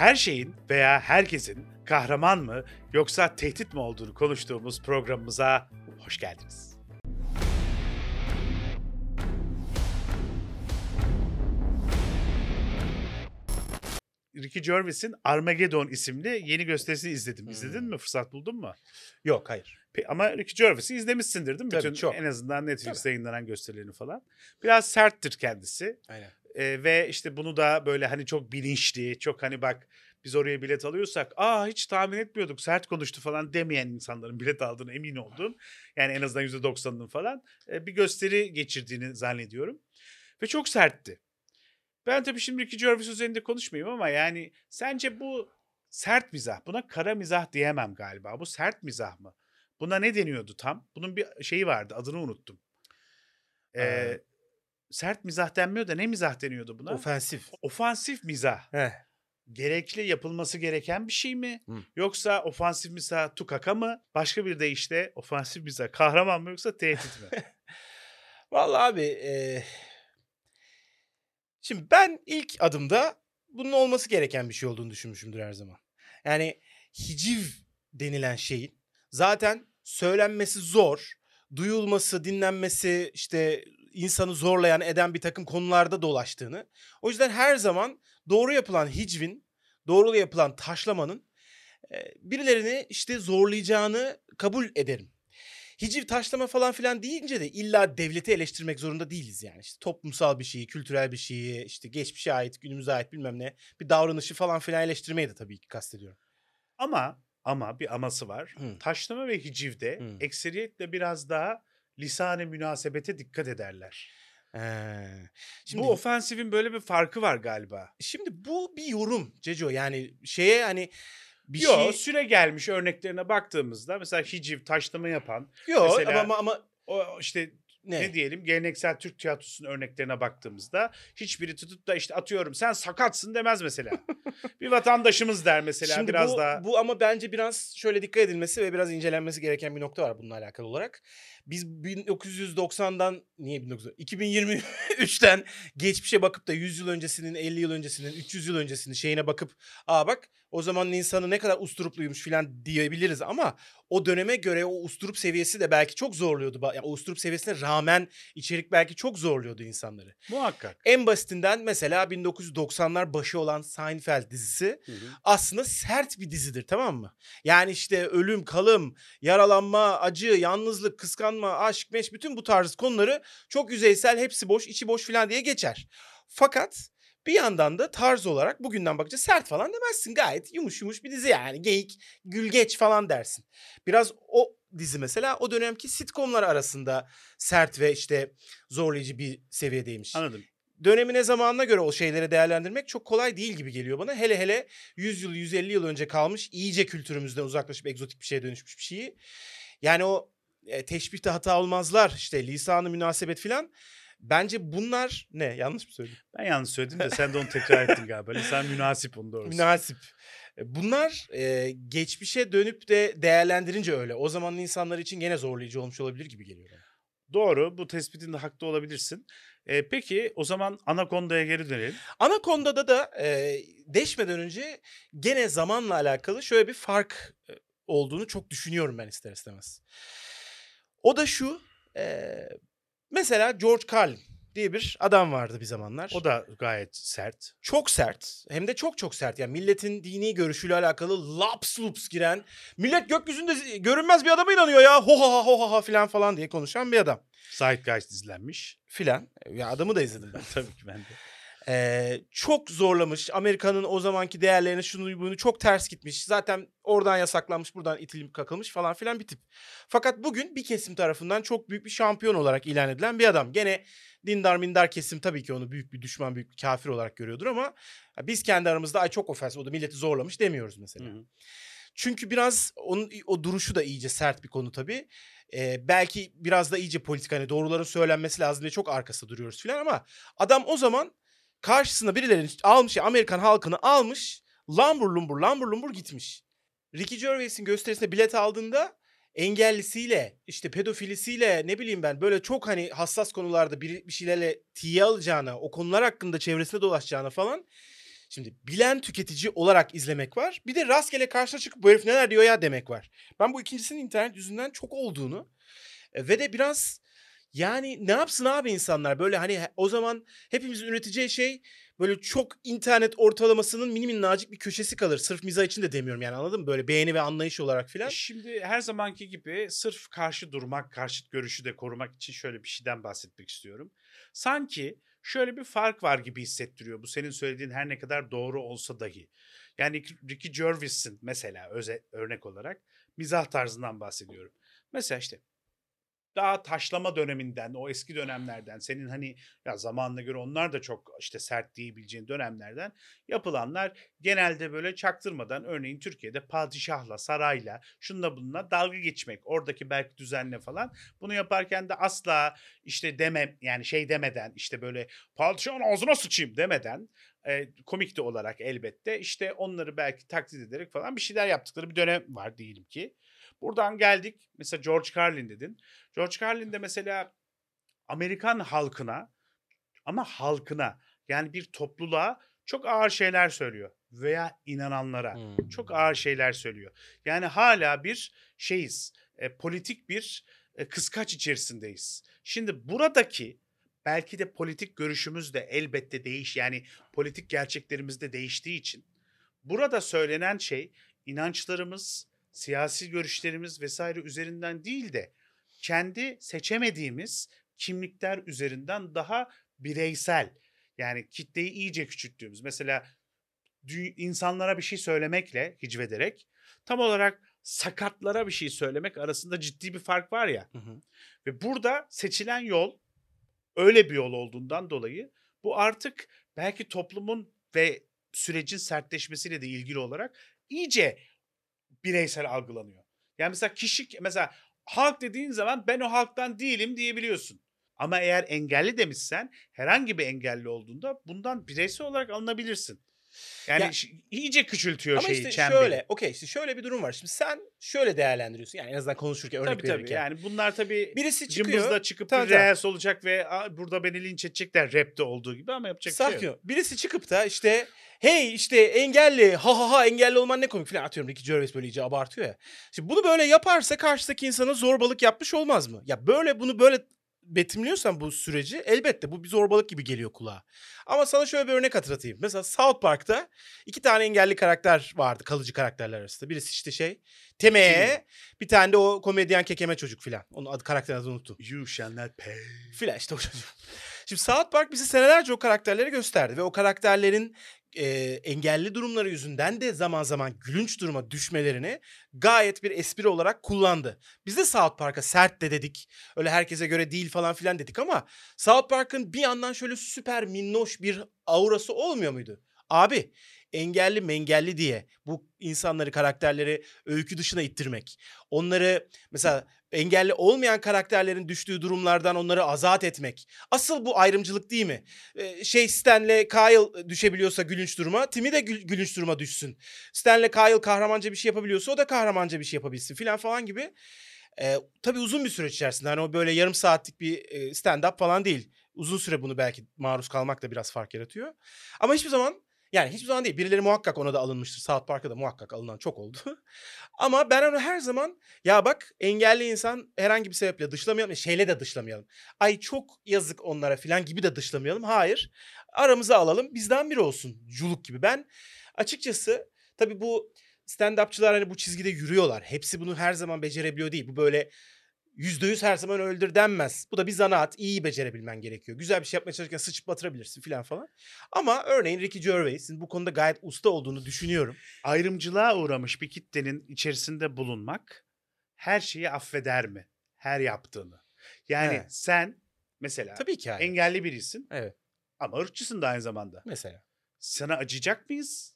Her şeyin veya herkesin kahraman mı yoksa tehdit mi olduğunu konuştuğumuz programımıza hoş geldiniz. Ricky Gervais'in Armageddon isimli yeni gösterisini izledim. İzledin mi? Fırsat buldun mu? Yok, hayır. Ama Ricky Gervais'i izlemişsindir değil mi? Tabii, Bütün çok. en azından Netflix'te yayınlanan gösterilerini falan. Biraz serttir kendisi. Aynen. Ve işte bunu da böyle hani çok bilinçli, çok hani bak biz oraya bilet alıyorsak hiç tahmin etmiyorduk sert konuştu falan demeyen insanların bilet aldığını emin olduğum. Yani en azından %90'ının falan bir gösteri geçirdiğini zannediyorum. Ve çok sertti. Ben tabii şimdi Ricky Gervais üzerinde konuşmayayım ama yani sence bu sert mizah, buna kara mizah diyemem galiba. Bu sert mizah mı? Buna ne deniyordu tam? Bunun bir şeyi vardı, adını unuttum. Sert mizah denmiyor da ne mizah deniyordu buna? Ofensif. Ofansif mizah. Heh. Gerekli, yapılması gereken bir şey mi? Hı. Yoksa ofansif mizah tukaka mı? Başka bir deyişle ofansif mizah kahraman mı yoksa tehdit mi? Vallahi abi şimdi ben ilk adımda bunun olması gereken bir şey olduğunu düşünmüşümdür her zaman. Yani hiciv denilen şeyin zaten söylenmesi zor, duyulması, dinlenmesi işte insanı zorlayan eden bir takım konularda dolaştığını. O yüzden her zaman doğru yapılan hicvin, doğru yapılan taşlamanın birilerini işte zorlayacağını kabul ederim. Hiciv taşlama falan filan deyince de illa devleti eleştirmek zorunda değiliz yani. İşte toplumsal bir şeyi, kültürel bir şeyi, işte geçmişe ait, günümüze ait bilmem ne bir davranışı falan filan eleştirmeyi de tabii ki kastediyorum. Ama bir aması var. Hı. Taşlama ve hicivde ekseriyetle biraz daha lisan-ı münasebete dikkat ederler. Şimdi, Bu ofensifin böyle bir farkı var galiba. Şimdi bu bir yorum Ceco, yani şeye hani bir Süre gelmiş örneklerine baktığımızda mesela hiciv taşlama yapan mesela ama o işte ne diyelim geleneksel Türk tiyatrosunun örneklerine baktığımızda hiçbiri tutup da işte atıyorum sen sakatsın demez mesela. Bir vatandaşımız der mesela. Şimdi biraz daha. Bu ama bence biraz şöyle dikkat edilmesi ve biraz incelenmesi gereken bir nokta var bununla alakalı olarak. Biz 1990'dan 2023'ten geçmişe bakıp da 100 yıl öncesinin, 50 yıl öncesinin, 300 yıl öncesinin şeyine bakıp bak o zamanın insanı ne kadar usturupluymuş falan diyebiliriz ama o döneme göre o usturup seviyesi de belki çok zorluyordu. Yani o usturup seviyesine rağmen içerik belki çok zorluyordu insanları. Muhakkak. En basitinden mesela 1990'lar başı olan Seinfeld dizisi aslında sert bir dizidir, tamam mı? Yani işte ölüm, kalım, yaralanma, acı, yalnızlık, kıskanma, aşk, meşk bütün bu tarz konuları çok yüzeysel, hepsi boş, içi boş falan diye geçer. Fakat bir yandan da tarz olarak bugünden bakınca sert falan demezsin. Gayet yumuş yumuş bir dizi yani. Geyik, gülgeç falan dersin. Biraz o dizi mesela o dönemki sitcomlar arasında sert ve işte zorlayıcı bir seviyedeymiş. Anladım. Dönemine zamanına göre o şeyleri değerlendirmek çok kolay değil gibi geliyor bana. Hele 100 yıl 150 yıl önce kalmış iyice kültürümüzden uzaklaşıp egzotik bir şeye dönüşmüş bir şeyi. Yani o teşbihte hata olmazlar işte lisan-ı münasebet filan. Bence bunlar ne? Yanlış mı söyledim? Ben yanlış söyledim de sen de onu tekrar ettin galiba. Lisan münasip onun doğrusu. Münasip. Bunlar geçmişe dönüp de değerlendirince öyle. O zamanın insanları için gene zorlayıcı olmuş olabilir gibi geliyor bana. Doğru. Bu tespitinde haklı olabilirsin. Peki o zaman Anaconda'ya geri dönelim. Anaconda'da da değişmeden önce gene zamanla alakalı şöyle bir fark olduğunu çok düşünüyorum ben ister istemez. O da şu. Mesela George Carlin diye bir adam vardı bir zamanlar. O da gayet sert. Çok sert. Hem de çok sert. Yani milletin dini görüşüyle alakalı laps lups giren, millet gökyüzünde görünmez bir adama inanıyor ya. Ho ha falan diye konuşan bir adam. Zeitgeist izlenmiş. Filan. Ya adamı da izledim ben. Tabii ki ben de. Çok zorlamış. Amerika'nın o zamanki değerlerini şunu bunu çok ters gitmiş. Zaten oradan yasaklanmış, buradan itilip kakılmış falan filan bir tip. Fakat bugün bir kesim tarafından çok büyük bir şampiyon olarak ilan edilen bir adam. Gene dindar mindar kesim tabii ki onu büyük bir düşman, büyük bir kafir olarak görüyordur ama biz kendi aramızda çok ofensif, o da milleti zorlamış demiyoruz mesela. Hı. Çünkü biraz onun o duruşu da iyice sert bir konu tabii. Belki biraz da iyice politik, hani doğruların söylenmesi lazım diye çok arkasında duruyoruz filan ama adam o zaman karşısına birilerini almış, Amerikan halkını almış, lambur gitmiş. Ricky Gervais'in gösterisine bilet aldığında engellisiyle, işte pedofilisiyle, ne bileyim ben, böyle çok hani hassas konularda bir şeylerle tiye alacağına, o konular hakkında çevresine dolaşacağına falan Şimdi bilen tüketici olarak izlemek var. Bir de rastgele karşına çıkıp bu herif neler diyor ya demek var. Ben bu ikincisinin internet yüzünden çok olduğunu ve de biraz yani ne yapsın abi insanlar? Böyle hani o zaman hepimizin üreteceği şey böyle çok internet ortalamasının mini minnacık bir köşesi kalır. Sırf mizah için de demiyorum yani, anladın mı? Böyle beğeni ve anlayış olarak filan. Şimdi her zamanki gibi sırf karşı durmak, karşıt görüşü de korumak için şöyle bir şeyden bahsetmek istiyorum. Sanki şöyle bir fark var gibi hissettiriyor bu senin söylediğin her ne kadar doğru olsa dahi. Yani Ricky Gervais'in mesela örnek olarak mizah tarzından bahsediyorum. Mesela işte daha taşlama döneminden, o eski dönemlerden, senin hani ya zamanına göre onlar da çok işte sert diyebileceğin dönemlerden yapılanlar genelde böyle çaktırmadan, örneğin Türkiye'de padişahla, sarayla, şunla bununla dalga geçmek, oradaki belki düzenle falan. Bunu yaparken de asla işte yani şey demeden, işte böyle padişahın ağzına sıçayım demeden, komik de olarak elbette işte onları belki taklit ederek falan bir şeyler yaptıkları bir dönem var diyelim ki. Buradan geldik. Mesela George Carlin dedin. George Carlin de mesela Amerikan halkına, ama halkına, yani bir topluluğa çok ağır şeyler söylüyor veya inananlara Hmm. çok ağır şeyler söylüyor. Yani hala bir şeyiz. Politik bir kıskaç içerisindeyiz. Şimdi buradaki belki de politik görüşümüz de elbette yani politik gerçeklerimiz de değiştiği için burada söylenen şey inançlarımız, siyasi görüşlerimiz vesaire üzerinden değil de kendi seçemediğimiz kimlikler üzerinden daha bireysel, yani kitleyi iyice küçülttüğümüz, mesela insanlara bir şey söylemekle hicvederek tam olarak sakatlara bir şey söylemek arasında ciddi bir fark var ya. Hı hı. Ve burada seçilen yol öyle bir yol olduğundan dolayı bu artık belki toplumun ve sürecin sertleşmesiyle de ilgili olarak iyice bireysel algılanıyor. Yani mesela halk dediğin zaman ben o halktan değilim diyebiliyorsun. Ama eğer engelli demişsen herhangi bir engelli olduğunda bundan bireysel olarak alınabilirsin. Yani Ya iyice küçültüyor ama şeyi, işte şöyle, çemberi. okey, işte şöyle bir durum var. Şimdi sen şöyle değerlendiriyorsun. Yani en azından konuşurken, Tabii örnek tabii. verirken. Yani bunlar tabii Birisi çıkıyor. cımbızla çıkıp Tamam bir tamam. reels olacak ve burada beni linç edecekler rapte olduğu gibi, ama yapacak bir şey Sakin yok. ol. Birisi çıkıp da işte hey işte engelli ha ha ha engelli olman ne komik falan, atıyorum Ricky Gervais böyle iyice abartıyor ya. Şimdi bunu böyle yaparsa karşıdaki insana zorbalık yapmış olmaz mı? Ya böyle bunu böyle betimliyorsan bu süreci, elbette bu bir zorbalık gibi geliyor kulağa. Ama sana şöyle bir örnek hatırlatayım. Mesela South Park'ta iki tane engelli karakter vardı, kalıcı karakterler arasında. Birisi işte şey Timmy, Timmy, bir tane de o komedyen kekeme çocuk filan. Onun adı, karakterin adını unuttum. you shall not pay. Filan işte o çocuk. Şimdi South Park bize senelerce o karakterleri gösterdi ve o karakterlerin engelli durumları yüzünden de zaman zaman gülünç duruma düşmelerini gayet bir espri olarak kullandı. Biz de South Park'a sert de dedik. Öyle herkese göre değil falan filan dedik ama South Park'ın bir yandan şöyle süper minnoş bir aurası olmuyor muydu? Abi engelli mengelli diye bu insanları, karakterleri öykü dışına ittirmek. Onları mesela engelli olmayan karakterlerin düştüğü durumlardan onları azat etmek. Asıl bu ayrımcılık değil mi? Stan'le Kyle düşebiliyorsa gülünç duruma, Timmy de gülünç duruma düşsün. Stan'le Kyle kahramanca bir şey yapabiliyorsa o da kahramanca bir şey yapabilsin filan falan gibi. Tabii uzun bir süreç içerisinde. Hani o böyle yarım saatlik bir stand-up falan değil. Uzun süre bunu belki maruz kalmak da biraz fark yaratıyor. Ama hiçbir zaman, yani hiçbir zaman değil. Birileri muhakkak ona da alınmıştır. South Park'a da muhakkak alınan çok oldu. Ama ben onu her zaman ya bak engelli insan herhangi bir sebeple dışlamayalım. Şeyle de dışlamayalım. Ay çok yazık onlara falan gibi de dışlamayalım. Hayır. Aramıza alalım. Bizden biri olsun. Culuk gibi. Ben açıkçası tabii bu stand-upçılar hani bu çizgide yürüyorlar. Hepsi bunu her zaman becerebiliyor değil. Bu böyle %100 her zaman öldür denmez. Bu da bir zanaat. İyi becerebilmen gerekiyor. Güzel bir şey yapmaya çalışırken sıçıp batırabilirsin filan falan. Ama örneğin Ricky Gervais'in bu konuda gayet usta olduğunu düşünüyorum. Ayrımcılığa uğramış bir kitlenin içerisinde bulunmak her şeyi affeder mi? Her yaptığını. Yani He. sen mesela Tabii ki hayır. engelli birisin Evet. ama ırkçısın da aynı zamanda. Mesela. Sana acıyacak mıyız?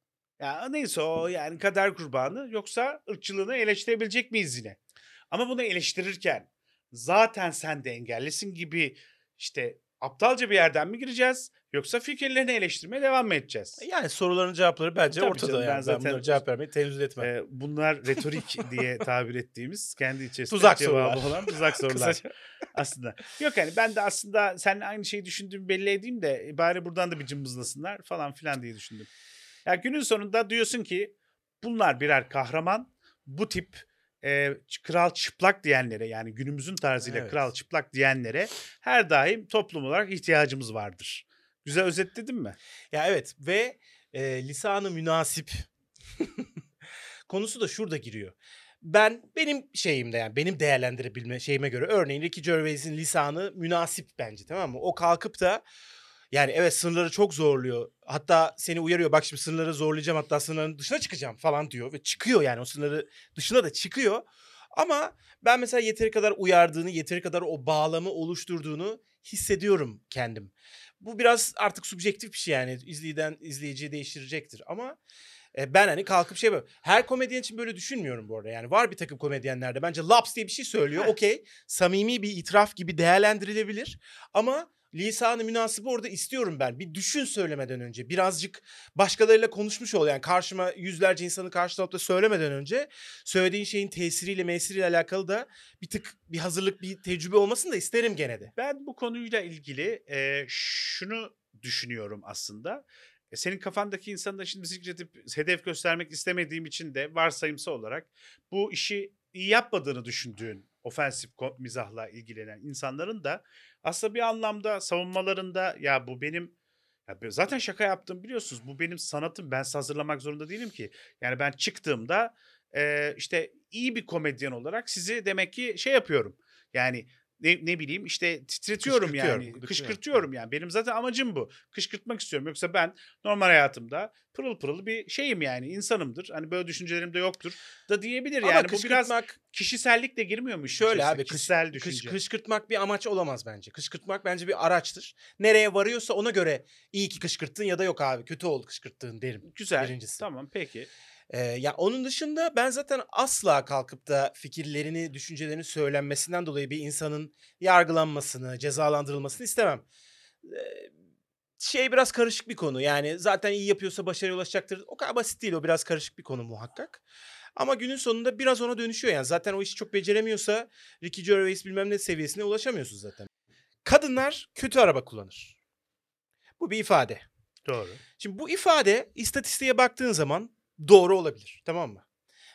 Ya neyse, o yani kader kurbanı, yoksa ırkçılığını eleştirebilecek miyiz yine? Ama bunu eleştirirken zaten sen de engellisin gibi işte aptalca bir yerden mi gireceğiz? Yoksa fikirlerini eleştirmeye devam mı edeceğiz? Yani soruların cevapları bence Tabii ortada canım, ben yani. Ben zaten bunlara cevap vermeyi tenezzül etmem. Bunlar retorik diye tabir ettiğimiz kendi içerisinde Tuzak cevabı sorular. olan tuzak sorular Kısaca. aslında. Yok yani ben de aslında seninle aynı şeyi düşündüğümü belli edeyim de bari buradan da bir cımbızlasınlar falan filan diye düşündüm. Ya günün sonunda diyorsun ki bunlar birer kahraman. Bu tip kral çıplak diyenlere, yani günümüzün tarzıyla Evet. kral çıplak diyenlere her daim toplum olarak ihtiyacımız vardır. Güzel özetledin mi? Ya evet ve lisanı münasip konusu da şurada giriyor. Benim şeyimde yani benim değerlendirebilme şeyime göre örneğin Ricky Gervais'in lisanı münasip bence, tamam mı? O kalkıp da yani evet sınırları çok zorluyor. Hatta seni uyarıyor, bak şimdi sınırları zorlayacağım, hatta sınırların dışına çıkacağım falan diyor. Ve çıkıyor, yani o sınırı dışına da çıkıyor. Ama ben mesela yeteri kadar uyardığını, yeteri kadar o bağlamı oluşturduğunu hissediyorum kendim. Bu biraz artık subjektif bir şey, yani izleyiciyi değiştirecektir. Ama ben hani kalkıp şey böyle. Her komedyen için böyle düşünmüyorum bu arada. Yani var bir takım komedyenlerde bence laps diye bir şey söylüyor. Okey. Samimi bir itiraf gibi değerlendirilebilir. Ama lisanı münasibı orada istiyorum ben. Bir düşün söylemeden önce. Birazcık başkalarıyla konuşmuş ol. Yani karşıma yüzlerce insanı karşı tarafta söylemeden önce söylediğin şeyin mesiriyle alakalı da bir tık bir hazırlık, bir tecrübe olmasını da isterim gene de. Ben bu konuyla ilgili şunu düşünüyorum aslında. Senin kafandaki insanı da şimdi zikredip hedef göstermek istemediğim için de varsayımsal olarak bu işi iyi yapmadığını düşündüğün ofensif mizahla ilgilenen insanların da aslında bir anlamda savunmalarında ya bu benim zaten şaka yaptım biliyorsunuz. Bu benim sanatım. Ben sizi hazırlamak zorunda değilim ki. Yani ben çıktığımda işte iyi bir komedyen olarak sizi demek ki şey yapıyorum. Yani ne bileyim işte titretiyorum yani. Gıdıklıyorum. Kışkırtıyorum yani. Benim zaten amacım bu. Kışkırtmak istiyorum. Yoksa ben normal hayatımda pırıl pırıl bir şeyim yani. İnsanımdır. Hani böyle düşüncelerim de yoktur da diyebilir Ama yani. Bu biraz kışkırtmak kişisellikle girmiyor mu işin şöyle içerisine? abi Kişisel düşünce. kışkırtmak bir amaç olamaz bence. Kışkırtmak bence bir araçtır. Nereye varıyorsa ona göre iyi ki kışkırttın ya da yok abi kötü oldu kışkırttığın derim. Güzel. Birincisi. Tamam peki. Ya onun dışında ben zaten asla kalkıp da fikirlerini, düşüncelerini söylenmesinden dolayı bir insanın yargılanmasını, cezalandırılmasını istemem. Eee, Şey biraz karışık bir konu. Yani zaten iyi yapıyorsa başarıya ulaşacaktır. O kadar basit değil. O biraz karışık bir konu muhakkak. Ama günün sonunda biraz ona dönüşüyor yani. Zaten o işi çok beceremiyorsa Ricky Gervais bilmem ne seviyesine ulaşamıyorsun zaten. Kadınlar kötü araba kullanır. Bu bir ifade. Doğru. Şimdi bu ifade istatistiğe baktığın zaman doğru olabilir. Tamam mı?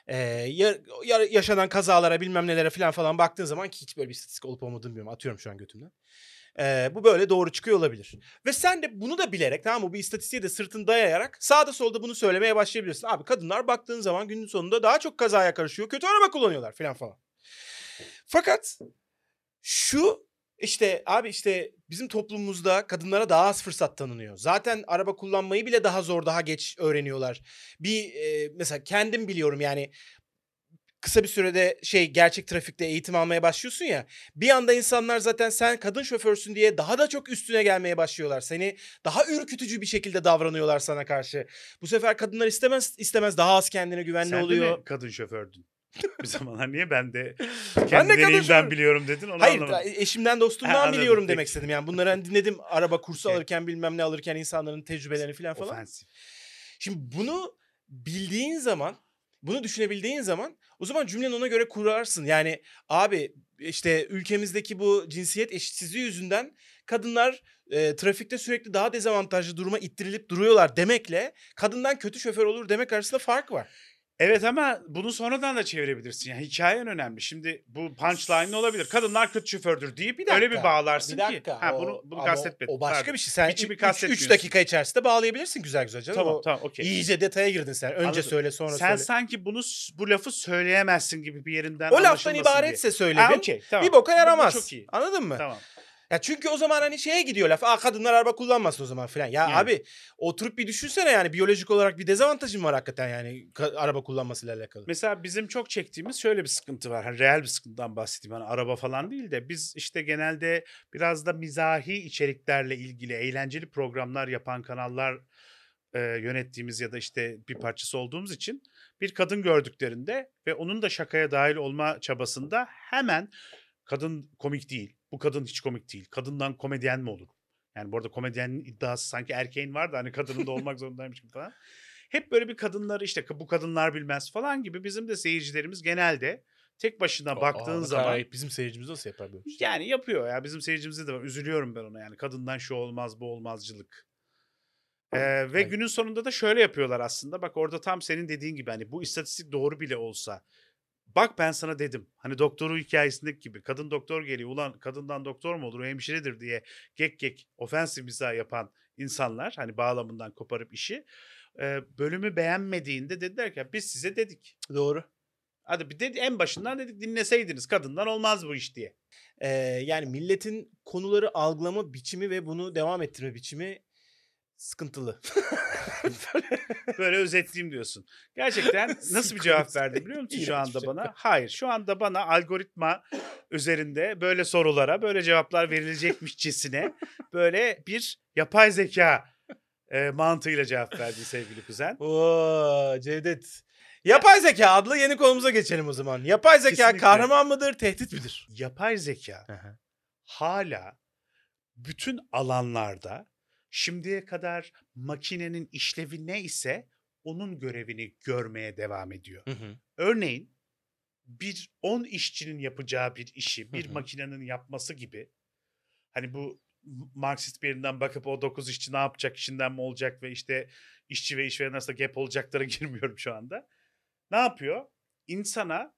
Yaşanan kazalara bilmem nelere falan baktığın zaman ki hiç böyle bir istatistik olup olmadığını bilmiyorum. Atıyorum şu an götümden. Bu böyle doğru çıkıyor olabilir. Ve sen de bunu da bilerek, tamam mı, bu istatistiğe de sırtını dayayarak sağda solda bunu söylemeye başlayabilirsin. Abi kadınlar baktığın zaman günün sonunda daha çok kazaya karışıyor. Kötü araba kullanıyorlar falan. Fakat şu işte abi işte bizim toplumumuzda kadınlara daha az fırsat tanınıyor. Zaten araba kullanmayı bile daha zor, daha geç öğreniyorlar. Mesela kendim biliyorum yani kısa bir sürede gerçek trafikte eğitim almaya başlıyorsun ya. Bir anda insanlar zaten sen kadın şoförsün diye daha da çok üstüne gelmeye başlıyorlar. Seni daha ürkütücü bir şekilde davranıyorlar sana karşı. Bu sefer kadınlar istemez daha az kendine güvenli Sen de oluyor. mi kadın şofördün? Bir zamanlar niye ben de Ben kendi de kadın deneyimden şoförüm. biliyorum dedin onu Hayır, anlamadım. eşimden dostumdan Anladım, biliyorum peki. demek istedim. Yani bunları hani dinledim araba kursu Okey. alırken bilmem ne alırken insanların tecrübelerini falan. Ofensif. Şimdi bunu bildiğin zaman, bunu düşünebildiğin zaman o zaman cümleni ona göre kurarsın. Yani abi işte ülkemizdeki bu cinsiyet eşitsizliği yüzünden kadınlar trafikte sürekli daha dezavantajlı duruma ittirilip duruyorlar demekle kadından kötü şoför olur demek arasında fark var. Evet ama bunu sonradan da çevirebilirsin. Yani hikayen önemli. Şimdi bu punchline olabilir. Kadınlar kötü şofördür deyip öyle bir bağlarsın bir ki. dakika. Ha bunu Ama kastetmedim. o başka Pardon. bir şey. Sen Biçimi 3 kastetmiyorsun. dakika içerisinde bağlayabilirsin güzel canım. Tamam tamam okey. İyice detaya girdin sen. Önce Anladım. söyle sonra Sen söyle. sanki bu lafı söyleyemezsin gibi bir yerinden O laftan anlaşılmasın diye. ibaretse söyle bir. Okey tamam. Bir boka yaramaz. Bu çok iyi. Anladın mı? Tamam. Ya çünkü o zaman hani şeye gidiyor laf. Kadınlar araba kullanmasın o zaman falan. Ya Yani. abi oturup bir düşünsene yani biyolojik olarak bir dezavantajın var hakikaten yani araba kullanmasıyla alakalı. Mesela bizim çok çektiğimiz şöyle bir sıkıntı var. Hani reel bir sıkıntıdan bahsedeyim. Hani araba falan değil de biz işte genelde biraz da mizahi içeriklerle ilgili eğlenceli programlar yapan kanallar yönettiğimiz ya da işte bir parçası olduğumuz için bir kadın gördüklerinde ve onun da şakaya dahil olma çabasında hemen kadın komik değil. Bu kadın hiç komik değil. Kadından komedyen mi olur? Yani bu arada komedyenin iddiası sanki erkeğin var da hani kadının da olmak zorundaymış gibi falan. Hep böyle bir kadınları işte bu kadınlar bilmez falan gibi bizim de seyircilerimiz genelde tek başına baktığın Ne kadar zaman ayıp. Bizim seyircimiz nasıl yapar böyle bir şey? yani yapıyor ya. Bizim seyircimizde de var. Üzülüyorum ben ona yani. Kadından şu olmaz bu olmazcılık. Ve Ay. günün sonunda da şöyle yapıyorlar aslında. Bak orada tam senin dediğin gibi hani bu istatistik doğru bile olsa. Bak ben sana dedim. Hani doktoru hikayesindeki gibi. Kadın doktor geliyor. Ulan kadından doktor mu olur? O hemşiredir diye gek ofensif mizah yapan insanlar. Hani bağlamından koparıp işi. Bölümü beğenmediğinde dediler ki biz size dedik. Doğru. Hadi bir de en başından dedik dinleseydiniz kadından olmaz bu iş diye. Yani milletin konuları algılama biçimi ve bunu devam ettirme biçimi sıkıntılı. Böyle özetleyeyim diyorsun. Gerçekten nasıl bir cevap verdim biliyor musun şu İğrenç bir anda cevap. bana? Hayır. Şu anda bana algoritma üzerinde böyle sorulara böyle cevaplar verilecekmişçesine böyle bir yapay zeka mantığıyla cevap verdin sevgili kuzen. Oo, Cevdet. Yapay zeka adlı yeni konumuza geçelim o zaman. Yapay zeka Kesinlikle. kahraman mıdır, tehdit midir? Yapay zeka hala bütün alanlarda şimdiye kadar makinenin işlevi neyse onun görevini görmeye devam ediyor. Örneğin bir 10 işçinin yapacağı bir işi bir makinenin yapması gibi hani bu Marksist bir yerinden bakıp o 9 işçi ne yapacak işinden mi olacak ve işte işçi ve işveren arasında gap olacaklara girmiyorum şu anda. Ne yapıyor? İnsana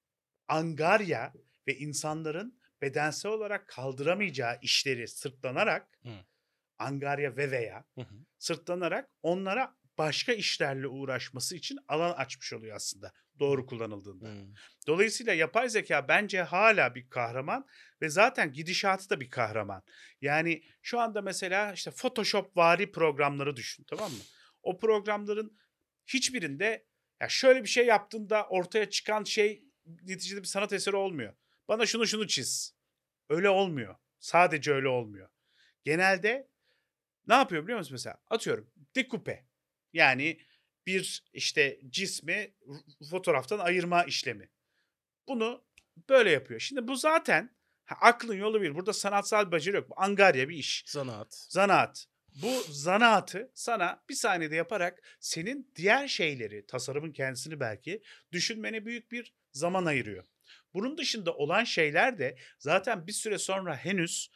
angarya ve insanların bedensel olarak kaldıramayacağı işleri sırtlanarak angarya ve veya sırtlanarak onlara başka işlerle uğraşması için alan açmış oluyor aslında doğru kullanıldığında. Dolayısıyla yapay zeka bence hala bir kahraman ve zaten gidişatı da bir kahraman. Yani şu anda mesela işte Photoshop vari programları düşün, tamam mı? O programların hiçbirinde ya şöyle bir şey yaptığında ortaya çıkan şey neticede bir sanat eseri olmuyor. Bana şunu çiz. Öyle olmuyor. Sadece öyle olmuyor. Genelde ne yapıyor biliyor musun mesela? Atıyorum dekoupe. Yani bir işte cismi fotoğraftan ayırma işlemi. Bunu böyle yapıyor. Şimdi bu zaten aklın yolu bir. Burada sanatsal beceri yok. Bu angarya bir iş. Zanaat. Zanaat. Bu zanaatı sana bir saniyede yaparak senin diğer şeyleri, tasarımın kendisini belki düşünmene büyük bir zaman ayırıyor. Bunun dışında olan şeyler de zaten bir süre sonra henüz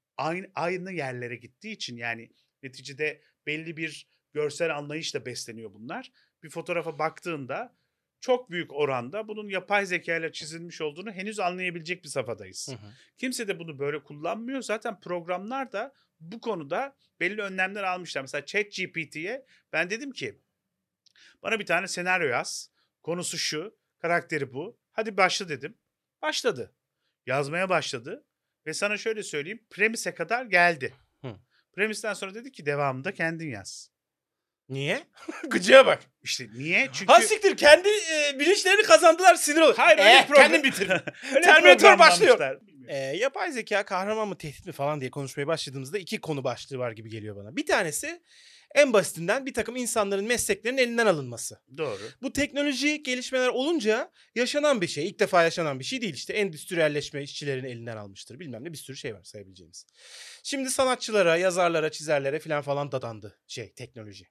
aynı yerlere gittiği için yani neticede belli bir görsel anlayışla besleniyor bunlar. Bir fotoğrafa baktığında çok büyük oranda bunun yapay zeka ile çizilmiş olduğunu henüz anlayabilecek bir safhadayız. Kimse de bunu böyle kullanmıyor. Zaten programlar da bu konuda belli önlemler almışlar. Mesela ChatGPT'ye ben dedim ki bana bir tane senaryo yaz. Konusu şu, karakteri bu. Hadi başla dedim. Başladı. Yazmaya başladı. Ve sana şöyle söyleyeyim. Premise kadar geldi. Premisten sonra dedi ki devamında kendin yaz. Niye? Gıcığa bak. İşte niye? Çünkü... Ha siktir kendi bilinçlerini kazandılar sinir olur. Hayır öyle program. Kendin bitir. Öyle Terminator başlıyor. programlamışlar. Yapay zeka kahraman mı tehdit mi falan diye konuşmaya başladığımızda iki konu başlığı var gibi geliyor bana. Bir tanesi en basitinden bir takım insanların mesleklerinin elinden alınması. Doğru. Bu teknoloji gelişmeler olunca yaşanan bir şey. İlk defa yaşanan bir şey değil işte. Endüstriyelleşme işçilerin elinden almıştır. Bilmem ne bir sürü şey var sayabileceğimiz. Şimdi sanatçılara, yazarlara, çizerlere falan dadandı teknoloji.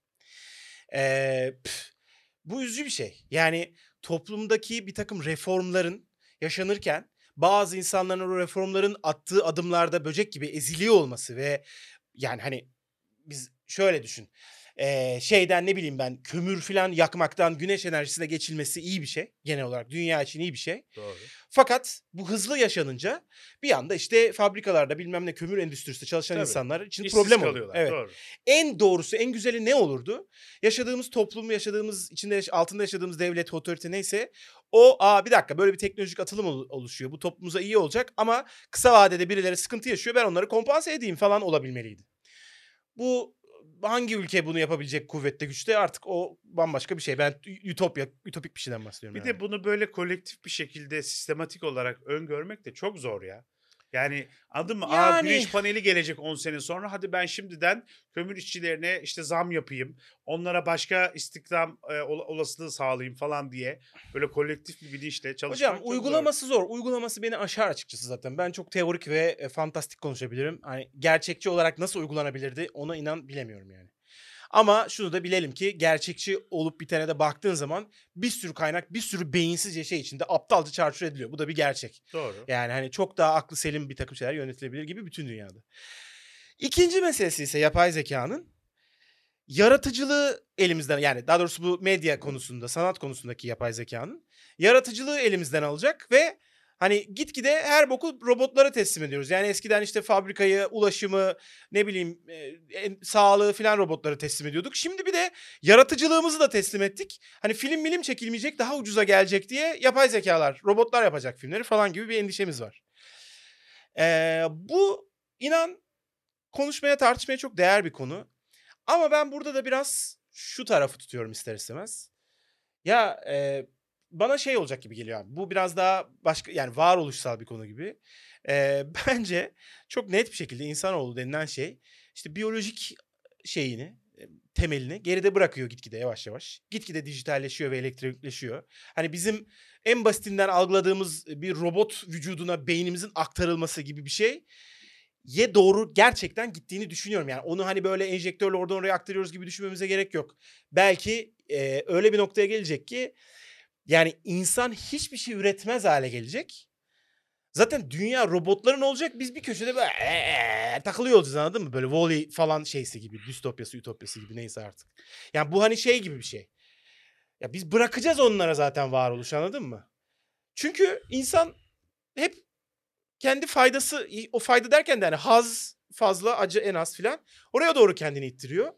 Bu üzücü bir şey. Yani toplumdaki bir takım reformların yaşanırken bazı insanların o reformların attığı adımlarda böcek gibi eziliyor olması ve yani hani biz şöyle düşün. Şeyden ne bileyim ben kömür falan yakmaktan güneş enerjisine geçilmesi iyi bir şey. Genel olarak dünya için iyi bir şey. Doğru. Fakat bu hızlı yaşanınca bir anda işte fabrikalarda bilmem ne kömür endüstrisinde çalışan Tabii. insanlar için İşsiz problem oluyor. kalıyorlar. Evet. Doğru. En doğrusu, en güzeli ne olurdu? Yaşadığımız toplum, yaşadığımız içinde altında yaşadığımız devlet, otorite neyse o bir dakika böyle bir teknolojik atılım oluşuyor. Bu toplumumuza iyi olacak ama kısa vadede birileri sıkıntı yaşıyor. Ben onları kompanse edeyim falan olabilmeliydi. Bu hangi ülke bunu yapabilecek kuvvette güçte artık o bambaşka bir şey. Ben ütopik bir şeyden bahsediyorum. Bir yani. de bunu böyle kolektif bir şekilde sistematik olarak öngörmek de çok zor ya. Yani anladın mı? Yani Güneş paneli gelecek 10 sene sonra. Hadi ben şimdiden kömür işçilerine işte zam yapayım. Onlara başka istihdam olasılığı sağlayayım falan diye. Böyle kolektif bir bilinçle çalışmak hocam çok zor. uygulaması zor. Uygulaması beni aşar açıkçası zaten. Ben çok teorik ve fantastik konuşabilirim. Hani gerçekçi olarak nasıl uygulanabilirdi ona inan bilemiyorum yani. Ama şunu da bilelim ki gerçekçi olup bitene de baktığın zaman bir sürü kaynak, bir sürü beyinsizce şey içinde aptalca çarçur ediliyor. Bu da bir gerçek. Doğru. Yani hani çok daha aklı selim bir takım şeyler yönetilebilir gibi bütün dünyada. İkinci meselesi ise yapay zekanın yaratıcılığı elimizden, yani daha doğrusu bu medya konusunda, sanat konusundaki yapay zekanın yaratıcılığı elimizden alacak ve hani gitgide her boku robotlara teslim ediyoruz. Yani eskiden işte fabrikayı, ulaşımı, ne bileyim sağlığı filan robotlara teslim ediyorduk. Şimdi bir de yaratıcılığımızı da teslim ettik. Hani film çekilmeyecek, daha ucuza gelecek diye yapay zekalar, robotlar yapacak filmleri falan gibi bir endişemiz var. Bu inan konuşmaya, tartışmaya çok değer bir konu. Ama ben burada da biraz şu tarafı tutuyorum ister istemez. Ya bana şey olacak gibi geliyor abi. Bu biraz daha başka, yani varoluşsal bir konu gibi. Bence çok net bir şekilde insanoğlu denilen şey işte biyolojik şeyini, temelini geride bırakıyor gitgide yavaş yavaş. Gitgide dijitalleşiyor ve elektrikleşiyor. Hani bizim en basitinden algıladığımız bir robot vücuduna beynimizin aktarılması gibi bir şey ye doğru gerçekten gittiğini düşünüyorum. Yani onu hani böyle enjektörle oradan oraya aktarıyoruz gibi düşünmemize gerek yok. Belki öyle bir noktaya gelecek ki yani insan hiçbir şey üretmez hale gelecek. Zaten dünya robotların olacak. Biz bir köşede böyle takılıyor olacağız, anladın mı? Böyle Wall-E falan şeysi gibi. Distopyası, ütopyası gibi neyse artık. Yani bu hani şey gibi bir şey. Ya biz bırakacağız onlara zaten varoluş, anladın mı? Çünkü insan hep kendi faydası, o fayda derken de hani haz fazla, acı en az filan, oraya doğru kendini ittiriyor.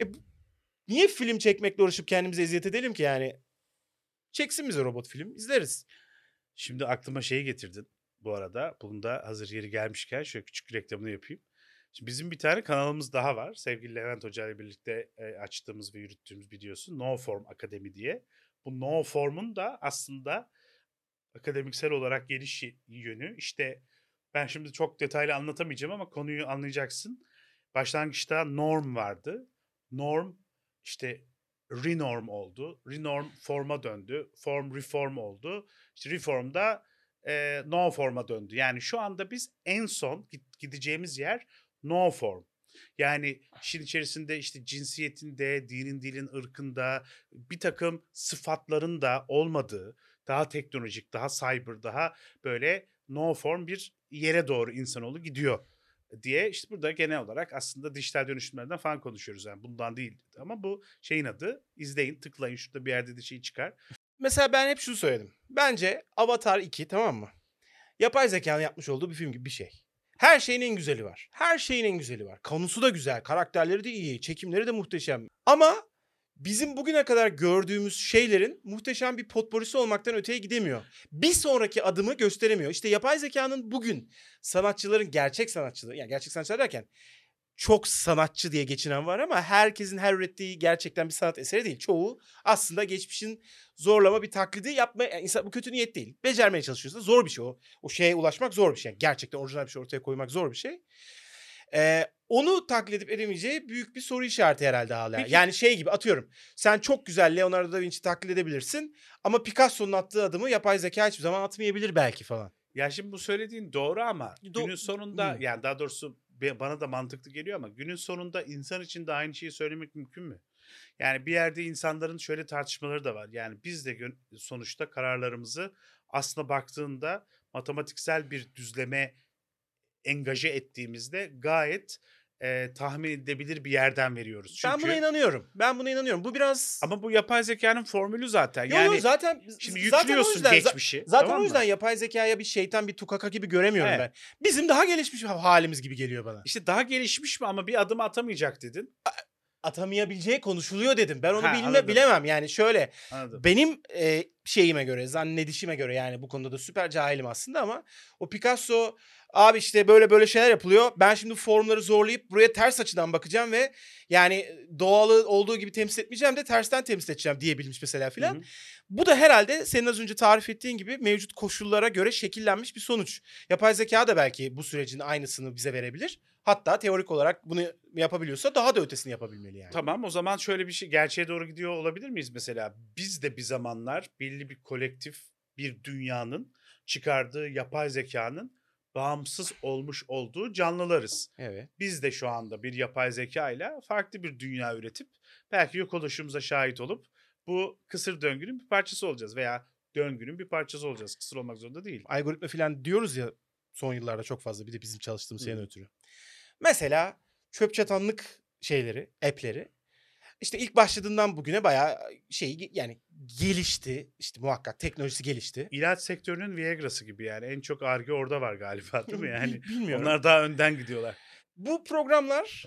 Niye film çekmekle uğraşıp kendimize eziyet edelim ki yani? Çeksin bize robot film, izleriz. Şimdi aklıma şeyi getirdin bu arada. Bunun da hazır yeri gelmişken şöyle küçük bir reklamını yapayım. Şimdi bizim bir tane kanalımız daha var. Sevgili Levent Hoca ile birlikte açtığımız ve yürüttüğümüz biliyorsun. No Form Akademi diye. Bu No Form'un da aslında akademiksel olarak geliş yönü. İşte ben şimdi çok detaylı anlatamayacağım ama konuyu anlayacaksın. Başlangıçta norm vardı. Norm işte renorm oldu. Renorm forma döndü. Form reform oldu. İşte reform da no form'a döndü. Yani şu anda biz en son gideceğimiz yer no form. Yani işin içerisinde işte cinsiyetin de, dinin, dilin, ırkın da bir takım sıfatların da olmadığı, daha teknolojik, daha cyber, daha böyle no form bir yere doğru insanoğlu gidiyor diye işte burada genel olarak aslında dijital dönüşümlerden falan konuşuyoruz. Yani bundan değil ama bu şeyin adı. İzleyin, tıklayın, şurada bir yerde de şey çıkar. Mesela ben hep şunu söyledim. Bence Avatar 2, tamam mı? Yapay zekanın yapmış olduğu bir film gibi bir şey. Her şeyin en güzeli var. Her şeyin en güzeli var. Konusu da güzel, karakterleri de iyi, çekimleri de muhteşem. Ama bizim bugüne kadar gördüğümüz şeylerin muhteşem bir potporisi olmaktan öteye gidemiyor. Bir sonraki adımı gösteremiyor. İşte yapay zekanın bugün sanatçıların, gerçek sanatçıları, yani gerçek sanatçılar derken çok sanatçı diye geçinen var ama herkesin her ürettiği gerçekten bir sanat eseri değil. Çoğu aslında geçmişin zorlama bir taklidi yapma, yani insan, bu kötü niyet değil. Becermeye çalışıyorsa zor bir şey o. O şeye ulaşmak zor bir şey. Gerçekten orijinal bir şey ortaya koymak zor bir şey. Onu taklit edip edemeyeceği büyük bir soru işareti herhalde hala. Peki. Yani şey gibi, atıyorum. Sen çok güzel Leonardo da Vinci taklit edebilirsin ama Picasso'nun attığı adımı yapay zeka hiçbir zaman atmayabilir belki falan. Ya şimdi bu söylediğin doğru ama günün sonunda yani daha doğrusu bana da mantıklı geliyor ama günün sonunda insan için de aynı şeyi söylemek mümkün mü? Yani bir yerde insanların şöyle tartışmaları da var. Yani biz de sonuçta kararlarımızı aslında baktığında matematiksel bir düzleme engaje ettiğimizde gayet tahmin edilebilir bir yerden veriyoruz. Çünkü Ben buna inanıyorum. Ben buna inanıyorum. Bu biraz... ama bu yapay zekanın formülü zaten. Yo, yani zaten şimdi zaten o yüklüyorsun yüzden, geçmişi. zaten tamam o mı? yüzden yapay zekaya bir şeytan, bir tukaka gibi göremiyorum Evet. ben. Bizim daha gelişmiş halimiz gibi geliyor bana. İşte daha gelişmiş mi ama bir adım atamayacak dedin. atamayabileceği konuşuluyor dedim. Ben onu Anladım. bilemem. Yani şöyle Anladım. benim şeyime göre, zannedişime göre yani bu konuda da süper cahilim aslında ama o Picasso abi işte böyle böyle şeyler yapılıyor. Ben şimdi formları zorlayıp buraya ters açıdan bakacağım ve yani doğalı olduğu gibi temsil etmeyeceğim de tersten temsil edeceğim diyebilmiş mesela Hı filan. hı. Bu da herhalde senin az önce tarif ettiğin gibi mevcut koşullara göre şekillenmiş bir sonuç. Yapay zeka da belki bu sürecin aynısını bize verebilir. Hatta teorik olarak bunu yapabiliyorsa daha da ötesini yapabilmeli yani. Tamam, o zaman şöyle bir şey, gerçeğe doğru gidiyor olabilir miyiz mesela? Biz de bir zamanlar belli bir kolektif, bir dünyanın çıkardığı yapay zekanın bağımsız olmuş olduğu canlılarız. Evet. Biz de şu anda bir yapay zeka ile farklı bir dünya üretip belki yok oluşumuza şahit olup bu kısır döngünün bir parçası olacağız veya döngünün bir parçası olacağız. Kısır olmak zorunda değil. Algoritma falan diyoruz ya son yıllarda çok fazla, bir de bizim çalıştığımız şeyden Hı. ötürü. Mesela çöp çatanlık şeyleri, app'leri işte ilk başladığından bugüne bayağı yani gelişti. İşte muhakkak teknolojisi gelişti. İlaç sektörünün Viagra'sı gibi yani. En çok Ar-Ge orada var galiba, değil mi? Yani Bilmiyorum. onlar daha önden gidiyorlar. Bu programlar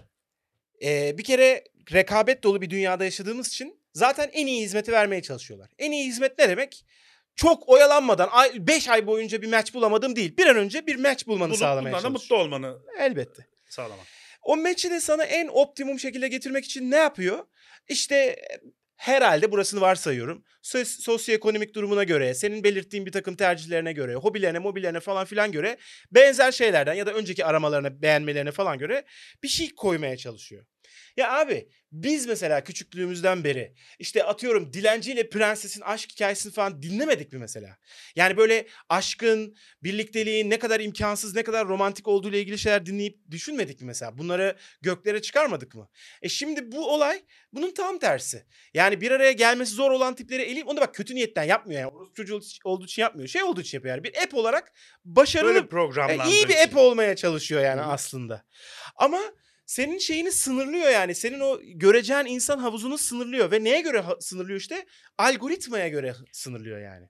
bir kere rekabet dolu bir dünyada yaşadığımız için zaten en iyi hizmeti vermeye çalışıyorlar. En iyi hizmet ne demek? Çok oyalanmadan 5 ay boyunca bir match bulamadım değil. Bir an önce bir match bulmanı Bulup sağlamaya bundan da çalışıyor. mutlu olmanı Elbette. sağlamak. O match'i de sana en optimum şekilde getirmek için ne yapıyor? İşte herhalde burasını varsayıyorum. Sosyoekonomik durumuna göre, senin belirttiğin bir takım tercihlerine göre, hobilerine, mobilerine falan filan göre benzer şeylerden ya da önceki aramalarına, beğenmelerine falan göre bir şey koymaya çalışıyor. Ya abi biz mesela küçüklüğümüzden beri işte atıyorum dilenciyle prensesin aşk hikayesini falan dinlemedik mi mesela? Yani böyle aşkın, birlikteliğin ne kadar imkansız, ne kadar romantik olduğu ile ilgili şeyler dinleyip düşünmedik mi mesela? Bunları göklere çıkarmadık mı? Şimdi bu olay bunun tam tersi. Yani bir araya gelmesi zor olan tipleri eleyip onu da bak kötü niyetten yapmıyor yani. Orospu çocuğu olduğu için yapmıyor. Şey olduğu için yapıyor yani. Bir app olarak başarılı, Böyle programlandığı iyi bir için. app olmaya çalışıyor yani Hı hı. aslında. Ama senin şeyini sınırlıyor yani. Senin o göreceğin insan havuzunu sınırlıyor. Ve neye göre sınırlıyor işte? Algoritmaya göre sınırlıyor yani.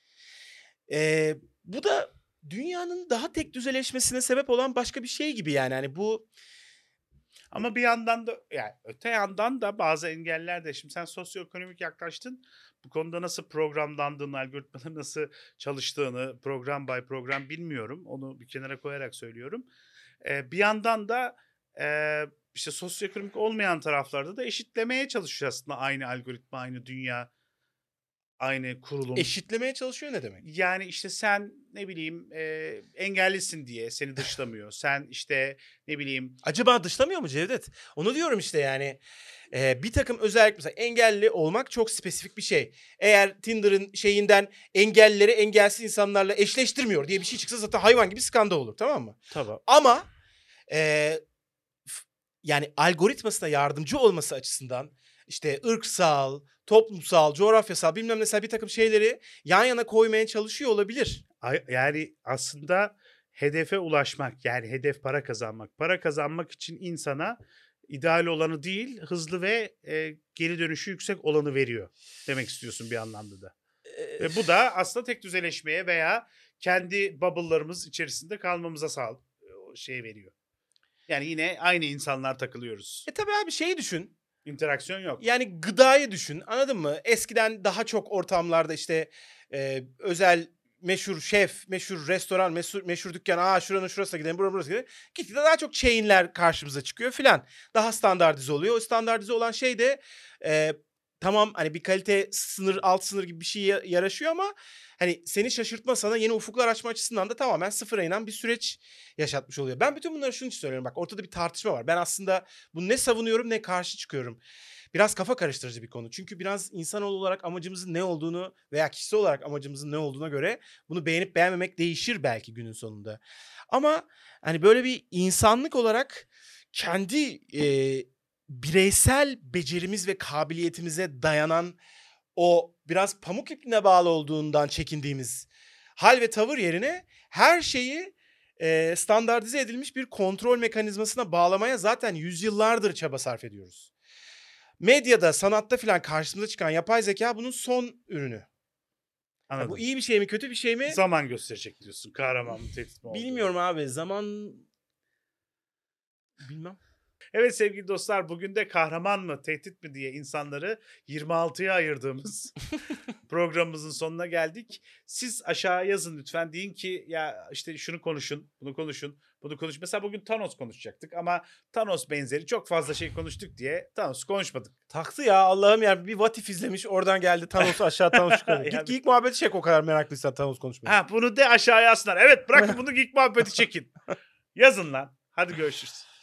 Bu da dünyanın daha tek düzeleşmesine sebep olan başka bir şey gibi yani. Hani bu Ama bir yandan da yani öte yandan da bazı engeller de, şimdi sen sosyoekonomik yaklaştın. Bu konuda nasıl programlandığını, algoritmanın nasıl çalıştığını program by program bilmiyorum. Onu bir kenara koyarak söylüyorum. Bir yandan da işte sosyoekonomik olmayan taraflarda da eşitlemeye çalışıyor aslında aynı algoritma, aynı dünya, aynı kurulum. eşitlemeye çalışıyor ne demek? Yani işte sen ne bileyim engellisin diye seni dışlamıyor. Sen işte ne bileyim Acaba dışlamıyor mu Cevdet? Onu diyorum işte yani. Bir takım özellik mesela engelli olmak çok spesifik bir şey. Eğer Tinder'ın şeyinden engellileri engelsiz insanlarla eşleştirmiyor diye bir şey çıksa zaten hayvan gibi skandal olur, tamam mı? tamam. Ama e, yani algoritmasına yardımcı olması açısından işte ırksal, toplumsal, coğrafyasal bilmem mesela bir takım şeyleri yan yana koymaya çalışıyor olabilir. Yani aslında hedefe ulaşmak, yani hedef para kazanmak. Para kazanmak için insana ideal olanı değil, hızlı ve geri dönüşü yüksek olanı veriyor demek istiyorsun bir anlamda da. Ve bu da aslında tek düzeleşmeye veya kendi bubble'larımız içerisinde kalmamıza şey veriyor. Yani yine aynı insanlar takılıyoruz. Tabii abi şeyi düşün. İnteraksiyon yok. Yani gıdayı düşün, anladın mı? Eskiden daha çok ortamlarda işte özel meşhur şef, meşhur restoran, meşhur dükkan, şuranın şurasına gidelim, burasına gidelim. Gitgide daha çok chain'ler karşımıza çıkıyor filan. Daha standartize oluyor. O standartize olan şey de tamam hani bir kalite sınır, alt sınır gibi bir şey yaraşıyor ama hani seni şaşırtma, sana yeni ufuklar açma açısından da tamamen sıfıra inen bir süreç yaşatmış oluyor. Ben bütün bunları şunun için söylüyorum. Bak ortada bir tartışma var. Ben aslında bunu ne savunuyorum ne karşı çıkıyorum. Biraz kafa karıştırıcı bir konu. Çünkü biraz insanoğlu olarak amacımızın ne olduğunu veya kişisel olarak amacımızın ne olduğuna göre bunu beğenip beğenmemek değişir belki günün sonunda. Ama hani böyle bir insanlık olarak kendi bireysel becerimiz ve kabiliyetimize dayanan o biraz pamuk ipliğine bağlı olduğundan çekindiğimiz hal ve tavır yerine her şeyi standartize edilmiş bir kontrol mekanizmasına bağlamaya zaten yüzyıllardır çaba sarf ediyoruz. Medyada, sanatta filan karşımıza çıkan yapay zeka bunun son ürünü. Anladım. Bu iyi bir şey mi, kötü bir şey mi? Zaman gösterecek diyorsun. Kahraman mı, tehdit mi olduğunu. Bilmiyorum abi. Zaman bilmem. Evet sevgili dostlar, bugün de kahraman mı tehdit mi diye insanları 26'ya ayırdığımız programımızın sonuna geldik. Siz aşağı yazın lütfen, deyin ki ya işte şunu konuşun, bunu konuşun, bunu konuş. Mesela bugün Thanos konuşacaktık ama Thanos benzeri çok fazla şey konuştuk diye Thanos konuşmadık. Taktı ya Allah'ım ya, bir What If izlemiş, oradan geldi Thanos'u aşağı Thanos çıkardı. Ya Git Geek Muhabbeti çek o kadar meraklıysan Thanos konuşmayı. Ha, bunu de aşağıya yazsınlar. Evet, bırakın bunu Geek Muhabbeti çekin. Yazın lan. Hadi görüşürüz.